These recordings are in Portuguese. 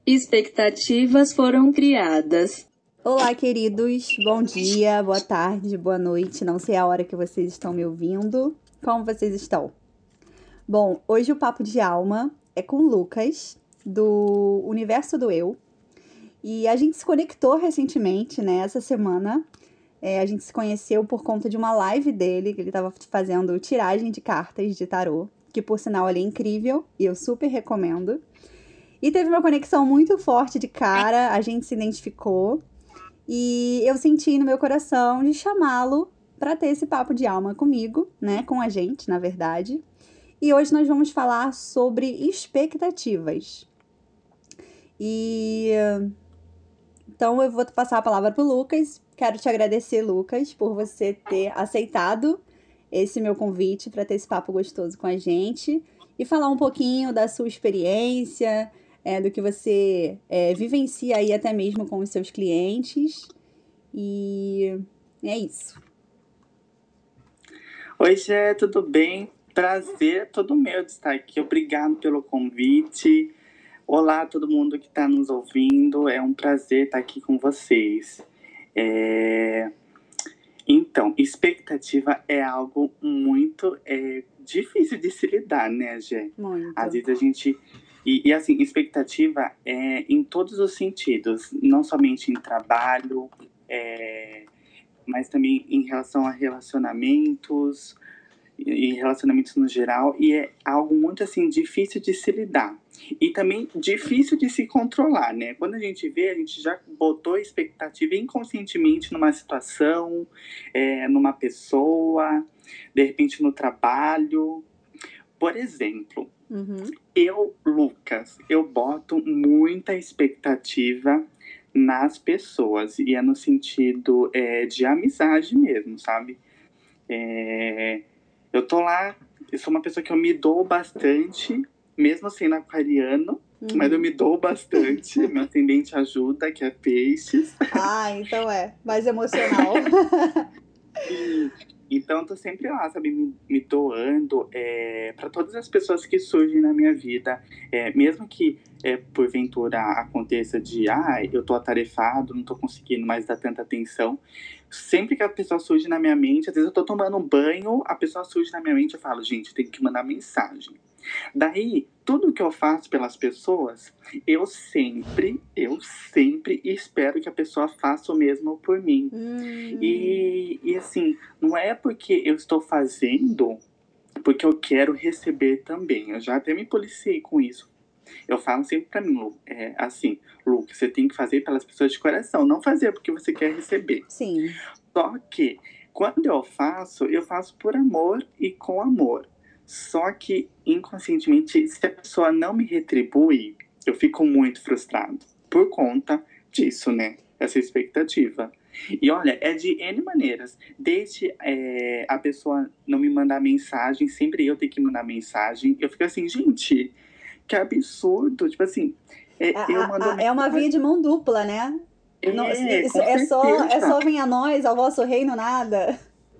Expectativas foram criadas. Olá, queridos. Bom dia, boa tarde, boa noite. Não sei a hora que vocês estão me ouvindo. Como vocês estão? Bom, hoje o Papo de Alma é com o Lucas, do Universo do Eu. E a gente se conectou recentemente, né? Essa semana. A gente se conheceu por conta de uma live dele, que ele estava fazendo tiragem de cartas de tarô. Que, por sinal, ele é incrível e eu super recomendo. E teve uma conexão muito forte de cara, a gente se identificou. E eu senti no meu coração de chamá-lo para ter esse papo de alma comigo, né? Com a gente, na verdade. E hoje nós vamos falar sobre expectativas. E então eu vou passar a palavra para o Lucas. Quero te agradecer, Lucas, por você ter aceitado esse meu convite para ter esse papo gostoso com a gente e falar um pouquinho da sua experiência, do que você vivencia aí até mesmo com os seus clientes. E é isso. Oi, Gé, tudo bem? Prazer todo meu de estar aqui. Obrigado pelo convite. Olá, todo mundo que está nos ouvindo. É um prazer estar aqui com vocês. Então, expectativa é algo muito difícil de se lidar, né, Gé? Muito. Às vezes a gente... E assim, expectativa é em todos os sentidos. Não somente em trabalho, mas também em relação a relacionamentos, e relacionamentos no geral, e é algo muito assim difícil de se lidar e também difícil de se controlar, né? Quando a gente vê, a gente já botou expectativa inconscientemente numa situação, numa pessoa, de repente no trabalho. Por exemplo, eu, Lucas, eu boto muita expectativa nas pessoas, e é no sentido de amizade mesmo, sabe? Eu tô lá, eu sou uma pessoa que eu me dou bastante, mesmo sendo aquariano, mas eu me dou bastante. Meu ascendente ajuda, que é peixes. Ah, então mais emocional. Então eu tô sempre lá, sabe, me doando para todas as pessoas que surgem na minha vida. Mesmo que porventura aconteça de, eu tô atarefado, não tô conseguindo mais dar tanta atenção. Sempre que a pessoa surge na minha mente, às vezes eu tô tomando um banho, a pessoa surge na minha mente, eu falo, gente, tem que mandar mensagem. Daí, tudo que eu faço pelas pessoas, eu sempre espero que a pessoa faça o mesmo por mim. E assim, não é porque eu estou fazendo porque eu quero receber também. Eu já até me policiei com isso. Eu falo sempre pra mim, Lu, assim, Lu, você tem que fazer pelas pessoas de coração, não fazer porque você quer receber. Sim. Só que, quando eu faço por amor e com amor. Só que, inconscientemente, se a pessoa não me retribui, eu fico muito frustrado. Por conta disso, né? Essa expectativa. E olha, é de N maneiras. Desde a pessoa não me mandar mensagem, sempre eu ter que mandar mensagem. Eu fico assim, gente, que absurdo. Tipo assim, eu mando é uma via de mão dupla, né? Com certeza. só venha a nós, ao vosso reino nada.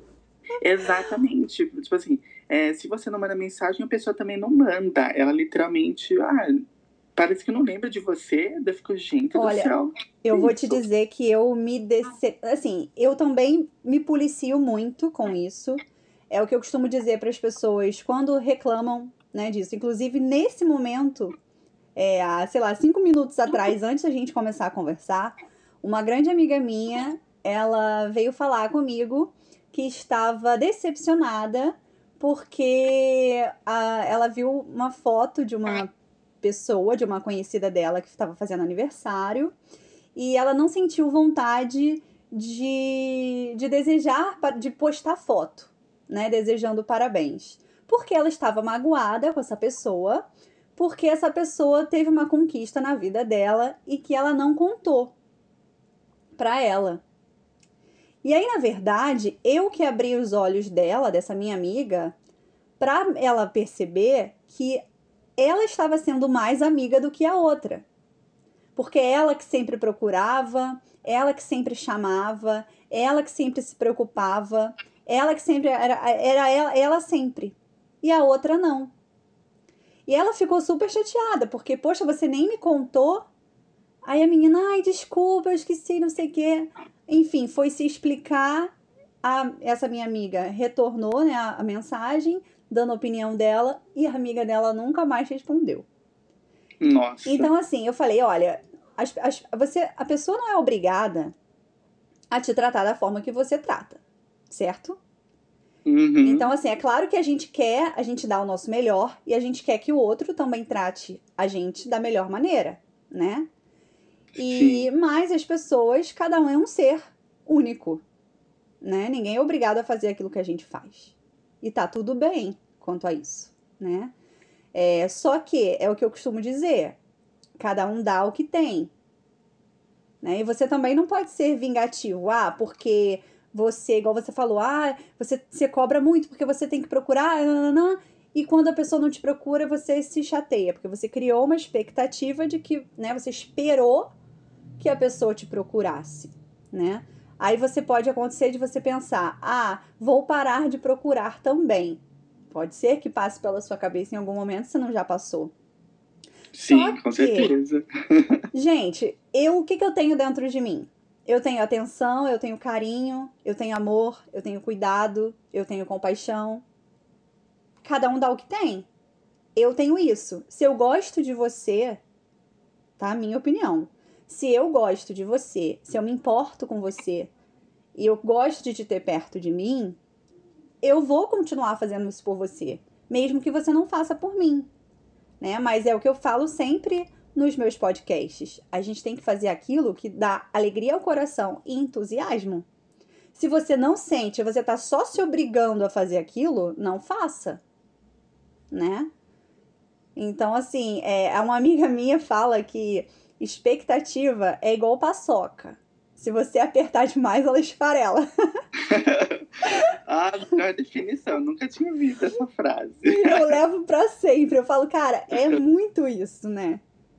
Exatamente. Tipo assim, se você não manda mensagem, a pessoa também não manda. Ela literalmente, parece que não lembra de você. Eu fico, gente do céu. Eu vou te dizer que eu assim, eu também me policio muito com isso. É o que eu costumo dizer para as pessoas quando reclamam, né, disso. Inclusive, nesse momento, há, sei lá, 5 minutos atrás, antes da gente começar a conversar, uma grande amiga minha, ela veio falar comigo que estava decepcionada porque ela viu uma foto de uma pessoa, de uma conhecida dela que estava fazendo aniversário, e ela não sentiu vontade de desejar, de postar foto, né, desejando parabéns. Porque ela estava magoada com essa pessoa, porque essa pessoa teve uma conquista na vida dela e que ela não contou pra ela. E aí, na verdade, eu que abri os olhos dela, dessa minha amiga, pra ela perceber que ela estava sendo mais amiga do que a outra. Porque ela que sempre procurava, ela que sempre chamava, ela que sempre se preocupava, ela que sempre era ela sempre. E a outra não. E ela ficou super chateada, porque, poxa, você nem me contou, Aí a menina, ai, desculpa, eu esqueci, não sei o quê. Enfim, foi se explicar. Essa minha amiga retornou, né, a mensagem, dando a opinião dela, e a amiga dela nunca mais respondeu. Nossa. Então, assim, eu falei, olha, a pessoa não é obrigada a te tratar da forma que você trata, certo? Uhum. Então, assim, é claro que a gente dá o nosso melhor e a gente quer que o outro também trate a gente da melhor maneira, né? Sim. Mas as pessoas, cada um é um ser único, né? Ninguém é obrigado a fazer aquilo que a gente faz. E tá tudo bem quanto a isso, né? Só que é o que eu costumo dizer, cada um dá o que tem, né? E você também não pode ser vingativo, porque você, igual você falou, você cobra muito porque você tem que procurar, nananã, e quando a pessoa não te procura, você se chateia, porque você criou uma expectativa de que, né, você esperou que a pessoa te procurasse, né? Aí pode acontecer de você pensar, vou parar de procurar também. Pode ser que passe pela sua cabeça em algum momento, se não já passou. Sim, Só com que, certeza. gente, o que eu tenho dentro de mim? Eu tenho atenção, eu tenho carinho, eu tenho amor, eu tenho cuidado, eu tenho compaixão. Cada um dá o que tem. Eu tenho isso. Se eu gosto de você, tá? Minha opinião. Se eu gosto de você, se eu me importo com você e eu gosto de te ter perto de mim, eu vou continuar fazendo isso por você, mesmo que você não faça por mim, né? Mas é o que eu falo sempre nos meus podcasts. A gente tem que fazer aquilo que dá alegria ao coração e entusiasmo. Se você não sente, você tá só se obrigando a fazer aquilo, não faça, né? Então, assim, uma amiga minha fala que expectativa é igual paçoca. Se você apertar demais, ela esfarela. Melhor definição. Nunca tinha ouvido essa frase. E eu levo pra sempre. Eu falo, cara, é muito isso, né?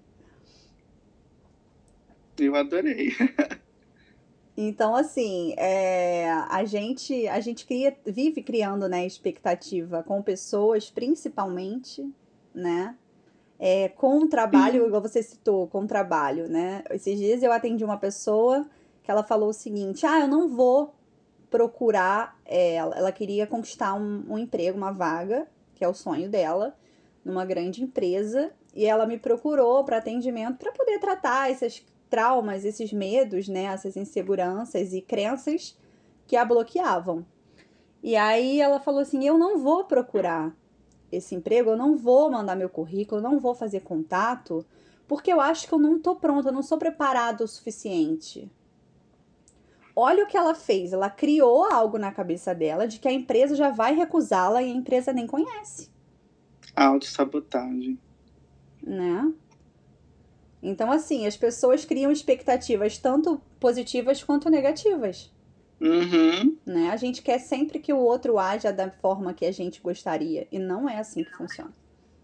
Eu adorei. Então, assim, a gente vive criando, né, expectativa com pessoas, principalmente, né? Com o trabalho, Sim. igual você citou, com o trabalho, né? Esses dias eu atendi uma pessoa que ela falou o seguinte: eu não vou procurar. Ela queria conquistar um emprego, uma vaga, que é o sonho dela, numa grande empresa, e ela me procurou para atendimento para poder tratar esses traumas, esses medos, né? Essas inseguranças e crenças que a bloqueavam. E aí ela falou assim: eu não vou procurar esse emprego, eu não vou mandar meu currículo, eu não vou fazer contato, porque eu acho que eu não tô pronta, eu não sou preparada o suficiente. Olha o que ela fez, ela criou algo na cabeça dela de que a empresa já vai recusá-la e a empresa nem conhece, Autossabotagem. né? Então, assim, as pessoas criam expectativas tanto positivas quanto negativas, Uhum. né? A gente quer sempre que o outro haja da forma que a gente gostaria, e não é assim que funciona.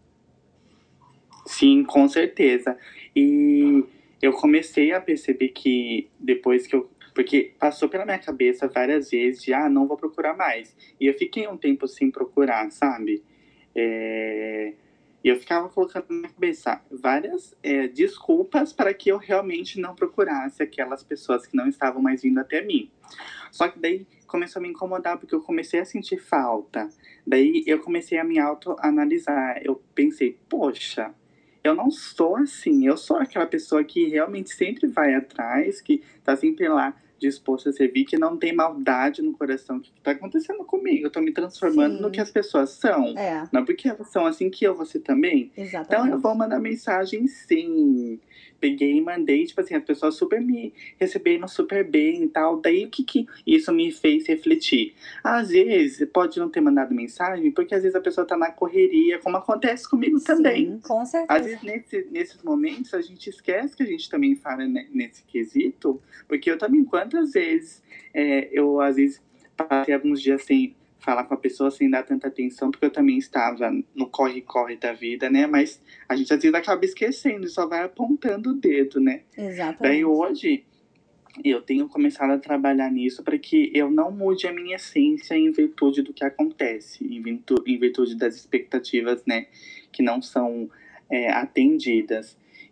Sim, com certeza. E eu comecei a perceber que depois que eu. Porque passou pela minha cabeça várias vezes de, não vou procurar mais. E eu fiquei um tempo sem procurar, sabe? E eu ficava colocando na minha cabeça várias desculpas para que eu realmente não procurasse aquelas pessoas que não estavam mais vindo até mim. Só que daí começou a me incomodar, porque eu comecei a sentir falta. Daí eu comecei a me autoanalisar. Eu pensei, poxa, eu não sou assim. Eu sou aquela pessoa que realmente sempre vai atrás, que tá sempre lá disposto a servir, que não tem maldade no coração. O que tá acontecendo comigo? Eu tô me transformando no que Sim, as pessoas são. é, Não é porque elas são assim que eu vou ser também. Então eu vou exatamente. mandar mensagem sim. Peguei e mandei, tipo assim, as pessoas super me receberam super bem e tal. Daí o que isso me fez refletir? Às vezes pode não ter mandado mensagem, porque às vezes a pessoa tá na correria, como acontece comigo também. Sim, com Às certeza. vezes, nesses momentos, a gente esquece que a gente também fala nesse quesito, porque eu também, quantas vezes eu, às vezes, passei alguns dias sem falar com a pessoa, sem dar tanta atenção, porque eu também estava no corre-corre da vida, né? Mas a gente, às vezes, acaba esquecendo e só vai apontando o dedo, né? Daí, Exatamente. hoje, eu tenho começado a trabalhar nisso para que eu não mude a minha essência em virtude do que acontece, em virtude das expectativas, né, que não são atendidas.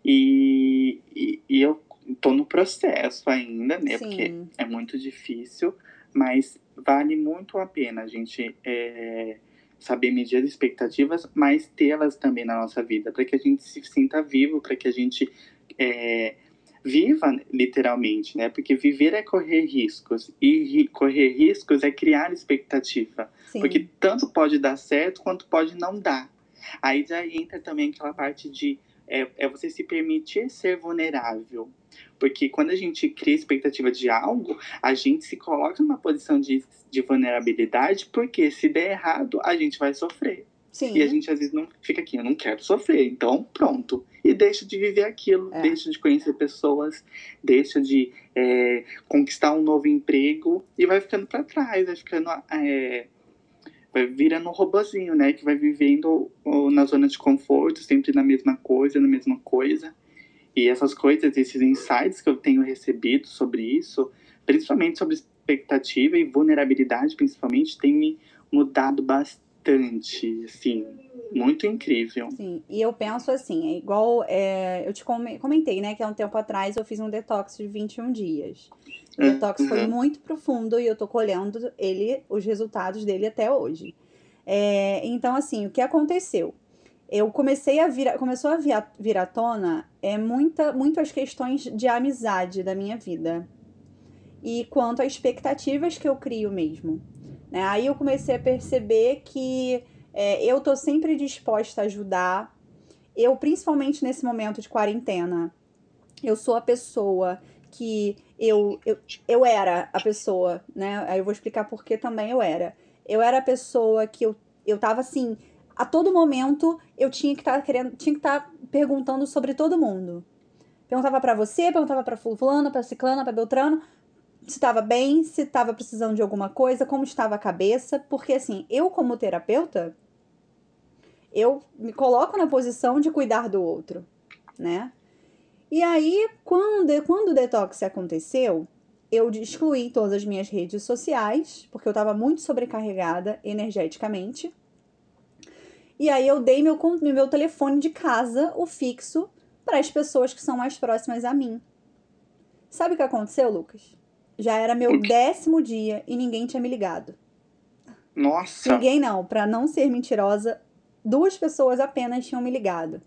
E eu tô no processo ainda, né? Porque Sim, é muito difícil, mas vale muito a pena a gente saber medir as expectativas, mas tê-las também na nossa vida, para que a gente se sinta vivo, para que a gente é, viva literalmente, né? Porque viver é correr riscos, e correr riscos é criar expectativa, porque sim, tanto pode dar certo quanto pode não dar. Aí já entra também aquela parte de você se permitir ser vulnerável. Porque quando a gente cria expectativa de algo, a gente se coloca numa posição de vulnerabilidade, porque se der errado, a gente vai sofrer. E a sim, gente às vezes não fica aqui, eu não quero sofrer, então pronto. E deixa de viver aquilo, é, deixa de conhecer pessoas, deixa de conquistar um novo emprego e vai ficando para trás, vai ficando vai virando um robozinho, né? Que vai vivendo na zona de conforto, sempre na mesma coisa, na mesma coisa. E essas coisas, esses insights que eu tenho recebido sobre isso, principalmente sobre expectativa e vulnerabilidade, principalmente, tem me mudado bastante, assim, muito incrível. sim. E eu penso assim, é igual, eu te comentei, né, que há um tempo atrás eu fiz um detox de 21 dias. O detox foi Uhum. muito profundo e eu tô colhendo os resultados dele até hoje. Então, assim, o que aconteceu? Eu começou a vir à tona muito as questões de amizade da minha vida. E quanto às expectativas que eu crio mesmo. Né? Aí eu comecei a perceber que eu tô sempre disposta a ajudar. Eu, principalmente nesse momento de quarentena, eu sou a pessoa que eu era a pessoa, né? Aí eu vou explicar por que também eu era. Eu era a pessoa que eu tava assim, a todo momento eu tinha que estar tinha que estar perguntando sobre todo mundo. Perguntava pra você, perguntava pra fulano, pra ciclana, pra beltrano, se estava bem, se estava precisando de alguma coisa, como estava a cabeça, porque assim, eu como terapeuta, eu me coloco na posição de cuidar do outro, né? E aí, quando o detox aconteceu, eu excluí todas as minhas redes sociais, porque eu estava muito sobrecarregada energeticamente. E aí eu dei meu telefone de casa, o fixo, para as pessoas que são mais próximas a mim. Sabe o que aconteceu, Lucas? Já era meu O que- 10º dia e ninguém tinha me ligado. Nossa, Ninguém não, para não ser mentirosa, 2 pessoas apenas tinham me ligado,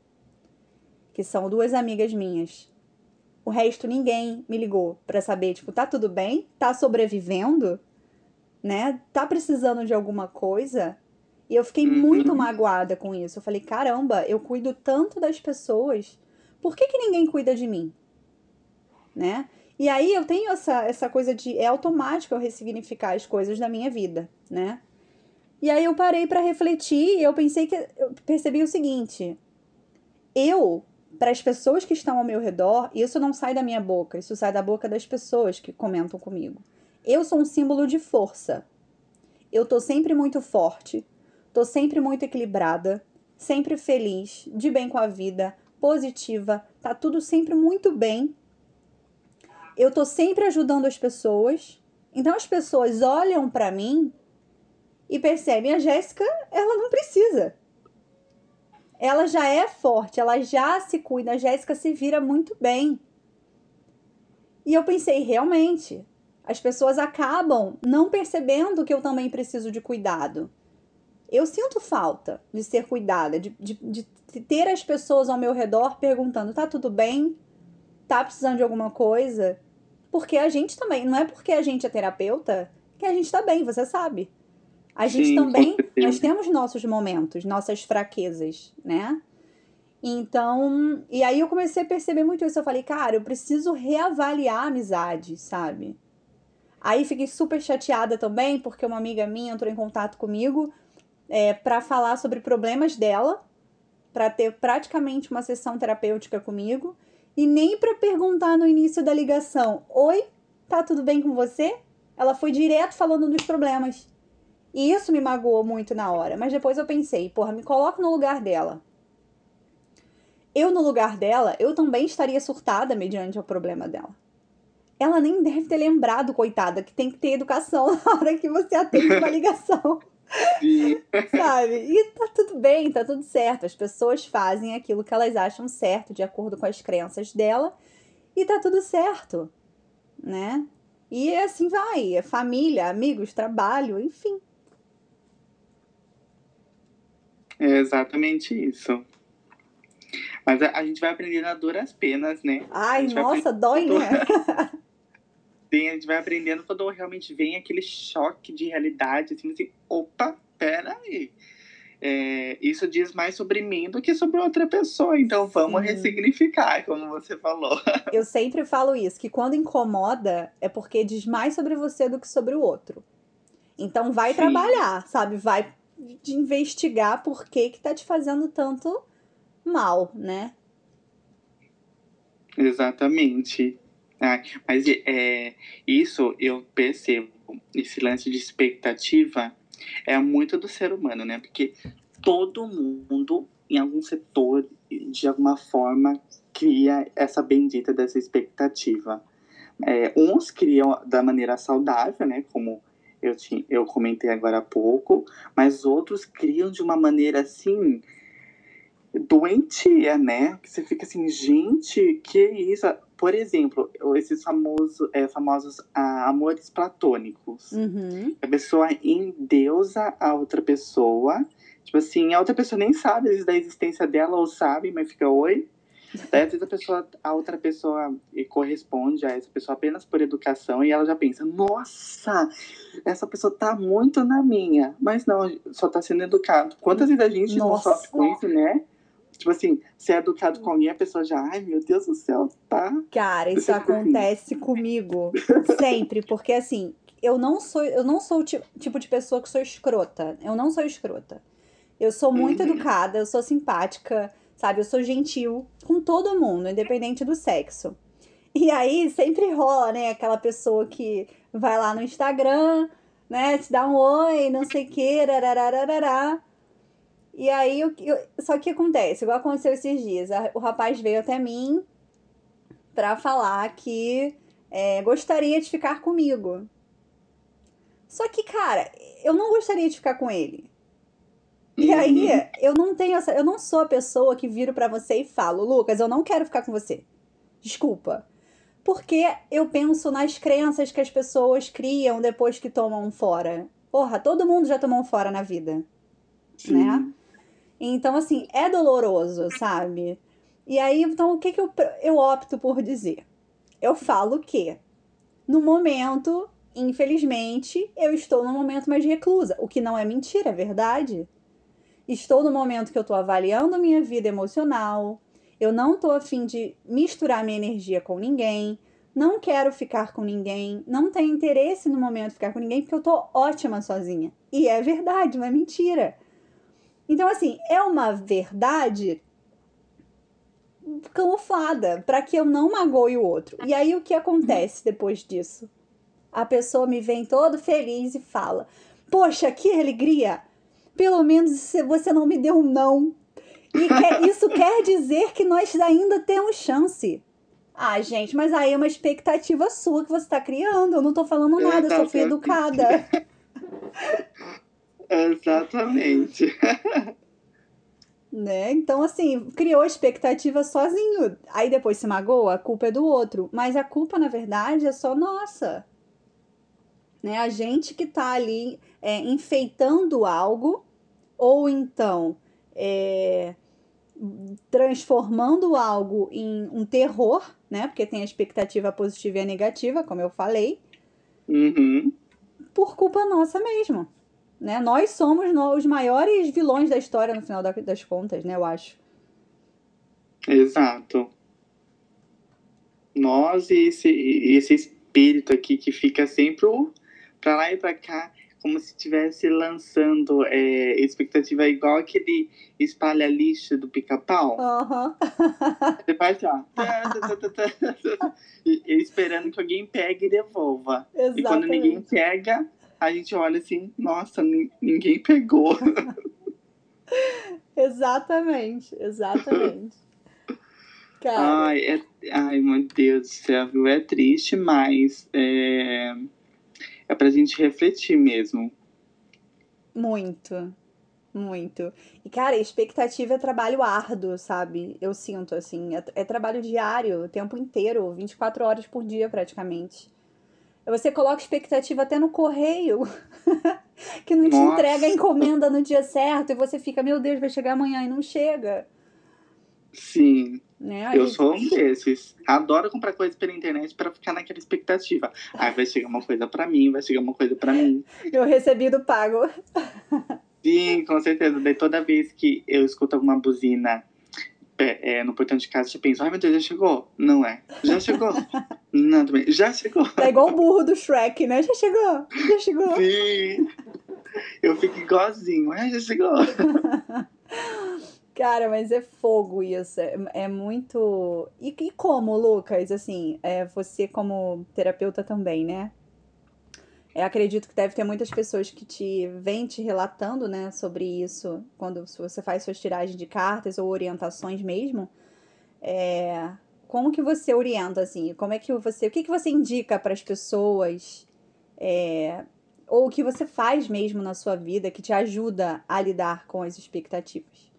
que são 2 amigas minhas. O resto ninguém me ligou para saber, tipo, tá tudo bem? Tá sobrevivendo? Né? Tá precisando de alguma coisa? E eu fiquei muito uhum. magoada com isso. Eu falei, caramba, eu cuido tanto das pessoas, por que que ninguém cuida de mim? Né? E aí eu tenho essa coisa de, é automático eu ressignificar as coisas da minha vida, né? E aí eu parei para refletir e eu percebi o seguinte: para as pessoas que estão ao meu redor, isso não sai da minha boca, isso sai da boca das pessoas que comentam comigo. Eu sou um símbolo de força. Eu tô sempre muito forte, tô sempre muito equilibrada, sempre feliz, de bem com a vida, positiva, tá tudo sempre muito bem. Eu tô sempre ajudando as pessoas. Então as pessoas olham para mim e percebem: a Jéssica, ela não precisa. Ela já é forte, ela já se cuida, a Jéssica se vira muito bem. E eu pensei, realmente, as pessoas acabam não percebendo que eu também preciso de cuidado. Eu sinto falta de ser cuidada, de ter as pessoas ao meu redor perguntando: tá tudo bem? Tá precisando de alguma coisa? Porque a gente também, não é porque a gente é terapeuta que a gente tá bem, você sabe. A gente Sim, com também, nós certeza. temos nossos momentos, nossas fraquezas, né? Então, e aí eu comecei a perceber muito isso. Eu falei, cara, eu preciso reavaliar a amizade, sabe? Aí fiquei super chateada também, porque uma amiga minha entrou em contato comigo para falar sobre problemas dela, para ter praticamente uma sessão terapêutica comigo, e nem para perguntar no início da ligação: oi, tá tudo bem com você? Ela foi direto falando dos problemas. E isso me magoou muito na hora, mas depois eu pensei, porra, me coloco no lugar dela. Eu, no lugar dela, eu também estaria surtada mediante o problema dela. Ela nem deve ter lembrado, coitada, que tem que ter educação na hora que você atende uma ligação. Sim. Sabe? E tá tudo bem, tá tudo certo. As pessoas fazem aquilo que elas acham certo, de acordo com as crenças dela, e tá tudo certo, né? E assim vai, é família, amigos, trabalho, enfim. É exatamente isso. Mas a gente vai aprendendo a duras penas, né? A Ai, gente vai nossa, aprendendo dói, quando, né? sim, a gente vai aprendendo quando realmente vem aquele choque de realidade, assim, opa, pera aí. Isso diz mais sobre mim do que sobre outra pessoa, então vamos Sim. ressignificar, como você falou. Eu sempre falo isso, que quando incomoda é porque diz mais sobre você do que sobre o outro. Então vai Sim, trabalhar, sabe? Vai de investigar por que que tá te fazendo tanto mal, né? exatamente. Mas isso eu percebo, esse lance de expectativa é muito do ser humano, né? Porque todo mundo, em algum setor, de alguma forma, cria essa bendita dessa expectativa. Uns criam da maneira saudável, né? Como eu comentei agora há pouco, mas outros criam de uma maneira assim doentia, né? Que você fica assim, gente, que isso? Por exemplo, esses famosos amores platônicos. Uhum. A pessoa endeusa a outra pessoa. Tipo assim, a outra pessoa nem sabe às vezes, da existência dela, ou sabe, mas fica oi. Daí, às vezes, a outra pessoa corresponde a essa pessoa apenas por educação e ela já pensa, nossa, essa pessoa tá muito na minha. Mas não, só tá sendo educado. Quantas vezes a gente não sofre Nossa, com isso, né? Tipo assim, se é educado com alguém, a pessoa já, ai meu Deus do céu, tá? cara, isso Você fica assim, acontece comigo sempre, porque assim, eu não sou o tipo de pessoa que sou escrota. Eu não sou escrota. Eu sou muito uhum, educada, eu sou simpática, sabe? Eu sou gentil com todo mundo, independente do sexo. E aí sempre rola, né? Aquela pessoa que vai lá no Instagram, né? Te dá um oi, não sei o que, rarararará. E aí, só que acontece, igual aconteceu esses dias. O rapaz veio até mim pra falar que gostaria de ficar comigo. Só que, cara, eu não gostaria de ficar com ele. E aí, uhum, eu não sou a pessoa que viro pra você e falo, Lucas, eu não quero ficar com você. Desculpa. Porque eu penso nas crenças que as pessoas criam depois que tomam um fora. Porra, todo mundo já tomou um fora na vida, né? sim, Então, assim, é doloroso, sabe? E aí, então, o que, que eu opto por dizer? Eu falo que, no momento, infelizmente, eu estou num momento mais reclusa. O que não é mentira, é verdade. Estou no momento que eu estou avaliando a minha vida emocional. Eu não estou afim de misturar minha energia com ninguém. Não quero ficar com ninguém. Não tenho interesse no momento de ficar com ninguém porque eu estou ótima sozinha. E é verdade, não é mentira. Então, assim, é uma verdade camuflada para que eu não magoe o outro. E aí o que acontece depois disso? A pessoa me vem todo feliz e fala: Poxa, que alegria! Pelo menos você não me deu um não. E isso quer dizer que nós ainda temos chance. Ah, gente, mas aí é uma expectativa sua que você está criando. Eu não tô falando nada, eu só fui exatamente, educada. exatamente. Né? Então, assim, criou expectativa sozinho. Aí depois se magoa, a culpa é do outro. Mas a culpa, na verdade, é só nossa. Né? A gente que tá ali enfeitando algo, ou então é, transformando algo em um terror, né? Porque tem a expectativa positiva e a negativa, como eu falei, Uhum, por culpa nossa mesmo. Né? Nós somos os maiores vilões da história no final das contas, né? Eu acho. exato. Nós e esse espírito aqui que fica sempre pra lá e pra cá, como se estivesse lançando expectativa igual aquele espalha lixo do pica-pau. Aham. Você faz assim, ó, e esperando que alguém pegue e devolva. E quando ninguém Exatamente. pega, a gente olha assim, nossa, ninguém pegou. Exatamente. Exatamente. Cara, Ai, meu Deus do céu, viu? É triste, mas é pra gente refletir mesmo. Muito, muito. E, cara, expectativa é trabalho árduo, sabe? Eu sinto, assim. É trabalho diário, o tempo inteiro, 24 horas por dia, praticamente. Você coloca expectativa até no correio, que não te entrega a Nossa, encomenda no dia certo, e você fica, meu Deus, vai chegar amanhã e não chega, sim. né? Eu sou um desses. Adoro comprar coisas pela internet pra ficar naquela expectativa. Aí vai chegar uma coisa pra mim, vai chegar uma coisa pra mim. Eu recebi do pago. Sim, com certeza. Daí toda vez que eu escuto alguma buzina no portão de casa, eu penso, ai meu Deus, já chegou? Não é. Já chegou? Não, também. Já chegou? Tá igual o burro do Shrek, né? Já chegou, já chegou. Sim. Eu fico igualzinho. Ai, já chegou. Cara, mas é fogo isso. É muito. E como, Lucas? Assim, você como terapeuta também, né? Acredito que deve ter muitas pessoas que te vêm te relatando, né, sobre isso, quando você faz suas tiragens de cartas ou orientações mesmo. É, como que você orienta, assim? Como é que você. O que que você indica para as pessoas? É, ou o que você faz mesmo na sua vida que te ajuda a lidar com as expectativas?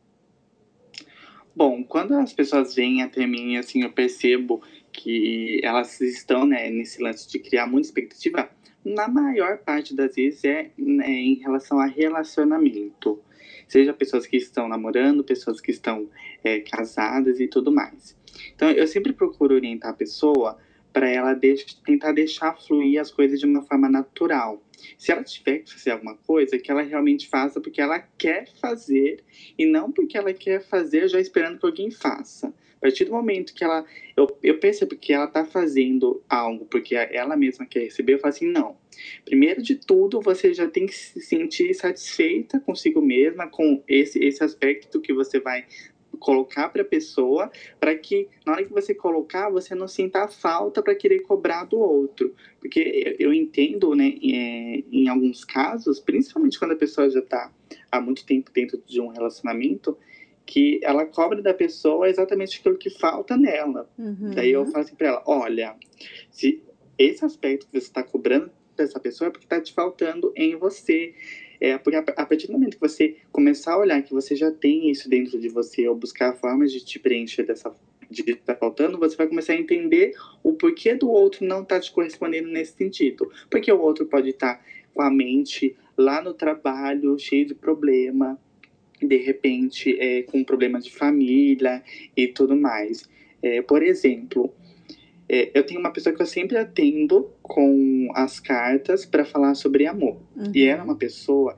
Bom, quando as pessoas vêm até mim, assim, eu percebo que elas estão, né, nesse lance de criar muita expectativa. Na maior parte das vezes né, em relação a relacionamento. Seja pessoas que estão namorando, pessoas que estão casadas e tudo mais. Então, eu sempre procuro orientar a pessoa para ela tentar deixar fluir as coisas de uma forma natural. Se ela tiver que fazer alguma coisa, que ela realmente faça porque ela quer fazer e não porque ela quer fazer já esperando que alguém faça. A partir do momento que eu percebo que ela está fazendo algo porque ela mesma quer receber, eu falo assim, não. Primeiro de tudo, você já tem que se sentir satisfeita consigo mesma, com esse aspecto que você vai colocar para a pessoa, para que na hora que você colocar, você não sinta a falta para querer cobrar do outro. Porque eu entendo, né, em alguns casos, principalmente quando a pessoa já está há muito tempo dentro de um relacionamento, que ela cobra da pessoa exatamente aquilo que falta nela. Daí eu Uhum. falo assim para ela, olha, se esse aspecto que você está cobrando dessa pessoa é porque está te faltando em você. Porque a partir do momento que você começar a olhar que você já tem isso dentro de você, ou buscar formas de te preencher de que está faltando, você vai começar a entender o porquê do outro não estar te correspondendo nesse sentido. Porque o outro pode estar com a mente lá no trabalho, cheio de problema, de repente com problema de família e tudo mais. Por exemplo, eu tenho uma pessoa que eu sempre atendo com as cartas para falar sobre amor. E ela é Uhum. uma pessoa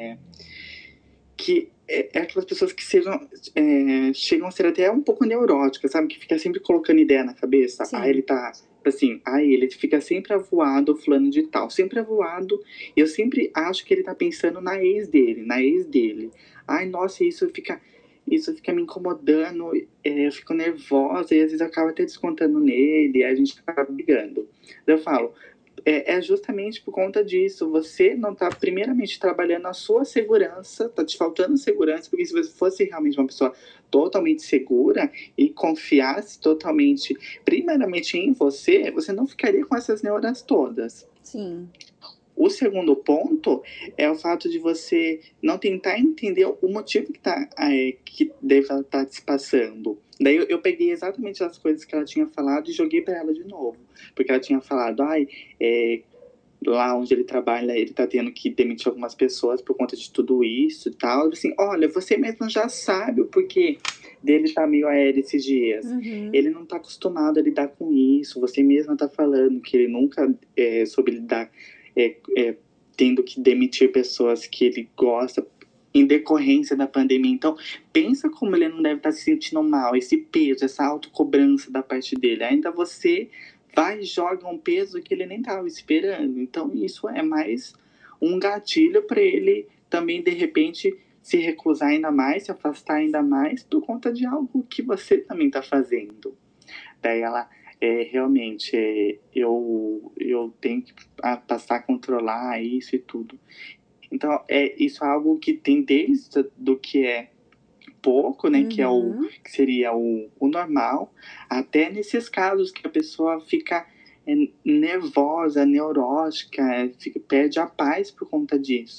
que é aquelas pessoas que chegam a ser até um pouco neuróticas, sabe? Que fica sempre colocando ideia na cabeça. Aí Sim. ele tá, assim, aí ele fica sempre avoado, fulano de tal. Sempre avoado. E eu sempre acho que ele tá pensando na ex dele, na ex dele. Ai, nossa, isso fica me incomodando, eu fico nervosa e às vezes eu acabo até descontando nele, e a gente acaba brigando. Daí eu falo, é justamente por conta disso. Você não está, primeiramente, trabalhando a sua segurança, está te faltando segurança, porque se você fosse realmente uma pessoa totalmente segura e confiasse totalmente, primeiramente em você, você não ficaria com essas neuras todas. Sim. O segundo ponto é o fato de você não tentar entender o motivo que deve estar te passando. Daí eu peguei exatamente as coisas que ela tinha falado e joguei para ela de novo. Porque ela tinha falado, lá onde ele trabalha, ele tá tendo que demitir algumas pessoas por conta de tudo isso e tal. Assim, olha, você mesmo já sabe o porquê dele tá meio aéreo esses dias. Uhum. Ele não tá acostumado a lidar com isso. Você mesma tá falando que ele nunca soube lidar tendo que demitir pessoas que ele gosta em decorrência da pandemia. Então, pensa como ele não deve estar se sentindo mal, esse peso, essa autocobrança da parte dele. Ainda você vai e joga um peso que ele nem estava esperando. Então, isso é mais um gatilho para ele também, de repente, se recusar ainda mais, se afastar ainda mais por conta de algo que você também está fazendo. Daí ela, realmente, eu tenho que passar a controlar isso e tudo. Então, isso é algo que tem desde do que é pouco, né, Uhum. que seria o normal, até nesses casos que a pessoa fica nervosa, neurótica, perde a paz por conta disso.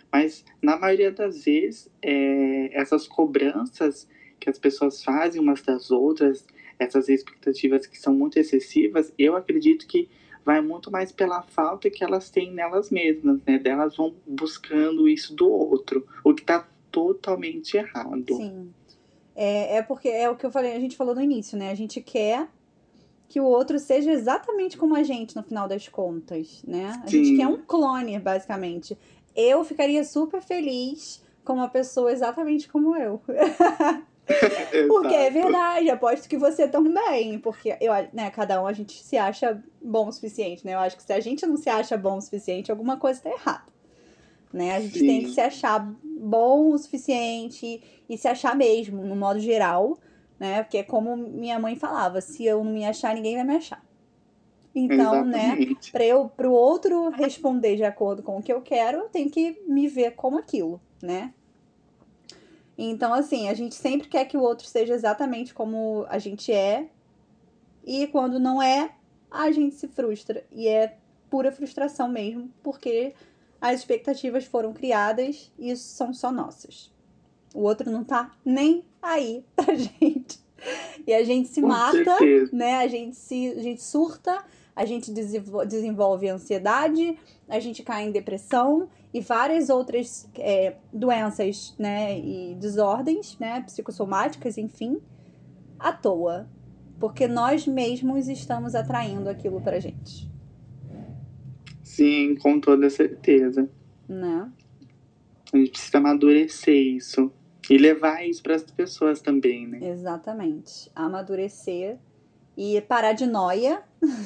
Mas, na maioria das vezes, essas cobranças que as pessoas fazem umas das outras, essas expectativas que são muito excessivas, eu acredito que vai muito mais pela falta que elas têm nelas mesmas, né? Delas vão buscando isso do outro, o que está totalmente errado. Sim. É porque é o que eu falei, a gente falou no início, né? A gente quer que o outro seja exatamente como a gente no final das contas, né? A gente quer um clone, basicamente. Eu ficaria super feliz com uma pessoa exatamente como eu. Porque é verdade, aposto que você também. Porque né, cada um a gente se acha bom o suficiente, né? Eu acho que se a gente não se acha bom o suficiente, alguma coisa tá errada. Né? A gente tem que se achar bom o suficiente e se achar mesmo, no modo geral, né? Porque é como minha mãe falava, se eu não me achar, ninguém vai me achar. Então, Exatamente. né, pro outro responder de acordo com o que eu quero, eu tenho que me ver como aquilo, né? Então, assim, a gente sempre quer que o outro seja exatamente como a gente é, e quando não é, a gente se frustra. E é pura frustração mesmo, porque as expectativas foram criadas e são só nossas. O outro não tá nem aí pra gente. E a gente se mata, né? A gente surta, a gente desenvolve ansiedade, a gente cai em depressão e várias outras doenças, né? E desordens, né? Psicossomáticas, enfim, à toa. Porque nós mesmos estamos atraindo aquilo pra gente. Sim, com toda certeza. Né? A gente precisa amadurecer isso. E levar isso para as pessoas também, né? Exatamente. Amadurecer e parar de noia.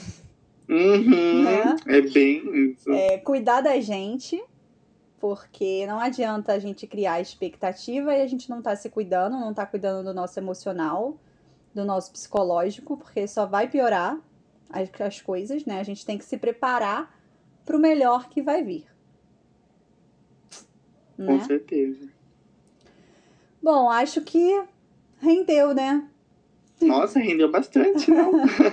Né? É bem isso. Cuidar da gente, porque não adianta a gente criar expectativa e a gente não tá se cuidando, não tá cuidando do nosso emocional, do nosso psicológico, porque só vai piorar as coisas, né? A gente tem que se preparar pro melhor que vai vir. Né? Com certeza. Bom, acho que rendeu, né? Nossa, rendeu bastante, não?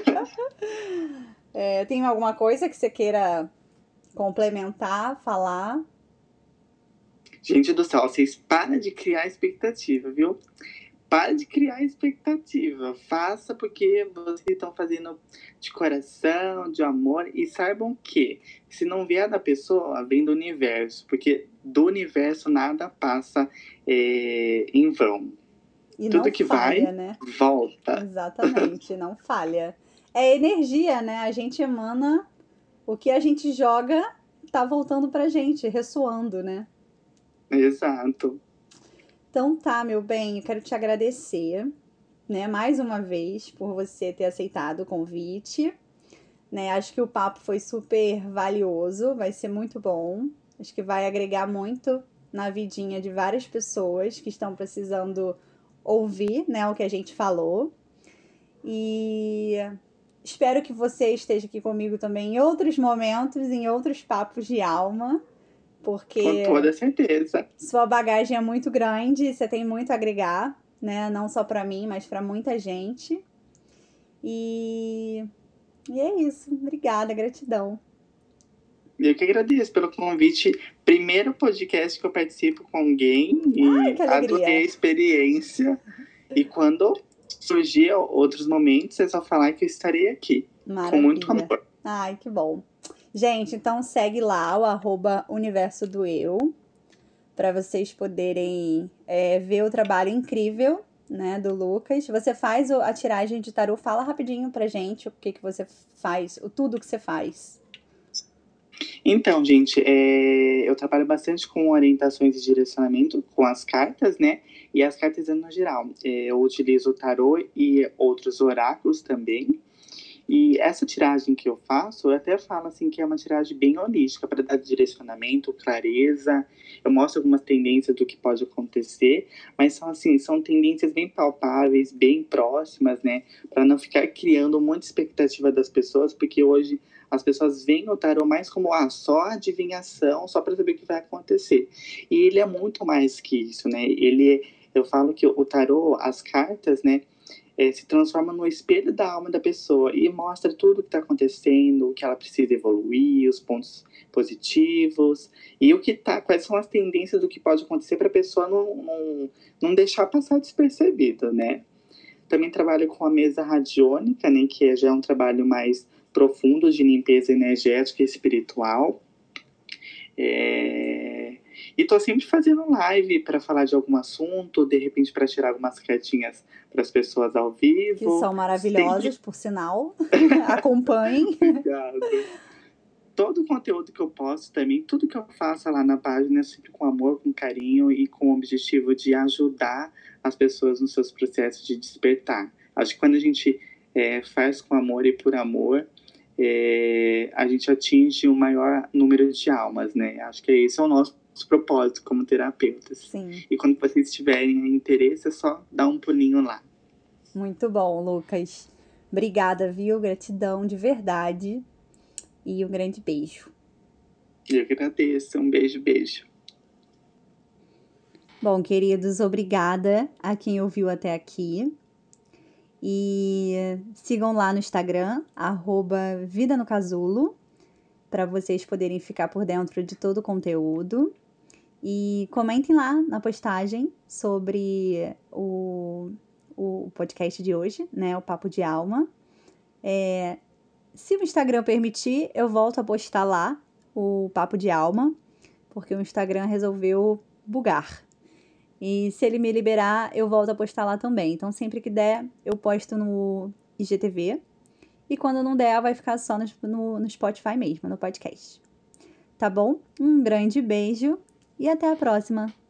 Tem alguma coisa que você queira complementar, falar? Gente do céu, vocês param de criar expectativa, viu? Para de criar expectativa. Faça porque vocês estão fazendo de coração, de amor. E saibam que, se não vier da pessoa, vem do universo. Porque do universo nada passa em vão. E Tudo não que falha, vai, né? volta. Exatamente, não falha. É energia, né? A gente emana o que a gente joga, tá voltando pra gente, ressoando, né? Exato. Então tá, meu bem, eu quero te agradecer, né, mais uma vez por você ter aceitado o convite, né? Acho que o papo foi super valioso, vai ser muito bom. Acho que vai agregar muito na vidinha de várias pessoas que estão precisando ouvir, né, o que a gente falou. E espero que você esteja aqui comigo também em outros momentos, em outros papos de alma, porque com toda certeza. Sua bagagem é muito grande, você tem muito a agregar, né? Não só para mim, mas para muita gente. E é isso. Obrigada, gratidão. Eu que agradeço pelo convite. Primeiro podcast que eu participo com alguém. Ai, E que alegria. adorei a experiência. E quando surgir outros momentos, é só falar que eu estarei aqui. Maravilha. Com muito amor. Ai, que bom. Gente, então segue lá o @universo do eu, para vocês poderem ver o trabalho incrível, né, do Lucas. Você faz a tiragem de tarô, fala rapidinho pra gente o que você faz, tudo que você faz. Então, gente, eu trabalho bastante com orientações e direcionamento com as cartas, né? E as cartas no geral. Eu utilizo o tarô e outros oráculos também. E essa tiragem que eu faço, eu até falo assim que é uma tiragem bem holística para dar direcionamento, clareza. Eu mostro algumas tendências do que pode acontecer, mas são tendências bem palpáveis, bem próximas, né? Para não ficar criando muita expectativa das pessoas, porque hoje as pessoas veem o tarô mais como só adivinhação, só para saber o que vai acontecer. E ele é muito mais que isso, né? Eu falo que o tarô, as cartas, né? se transforma no espelho da alma da pessoa e mostra tudo o que está acontecendo, o que ela precisa evoluir, os pontos positivos e quais são as tendências do que pode acontecer para a pessoa não deixar passar despercebido, né? Também trabalho com a mesa radiônica, né, que já é um trabalho mais profundo de limpeza energética e espiritual. E tô sempre fazendo live para falar de algum assunto, de repente para tirar algumas cartinhas para as pessoas ao vivo. Que são maravilhosas, por sinal. Acompanhem. Obrigado. Todo o conteúdo que eu posto também, tudo que eu faço lá na página é sempre com amor, com carinho e com o objetivo de ajudar as pessoas nos seus processos de despertar. Acho que quando a gente faz com amor e por amor, a gente atinge o maior número de almas, né? Acho que esse é o nosso propósito como terapeutas. Sim. E quando vocês tiverem interesse, é só dar um pulinho lá. Muito bom, Lucas. Obrigada, viu? Gratidão de verdade. E um grande beijo. Eu que agradeço. Um beijo, beijo. Bom, queridos, obrigada a quem ouviu até aqui. E sigam lá no Instagram, @VidaNoCasulo, para vocês poderem ficar por dentro de todo o conteúdo. E comentem lá na postagem sobre o podcast de hoje, né? O Papo de Alma. Se o Instagram permitir, eu volto a postar lá o Papo de Alma, porque o Instagram resolveu bugar. E se ele me liberar, eu volto a postar lá também. Então, sempre que der, eu posto no IGTV. E quando não der, vai ficar só no Spotify mesmo, no podcast. Tá bom? Um grande beijo e até a próxima!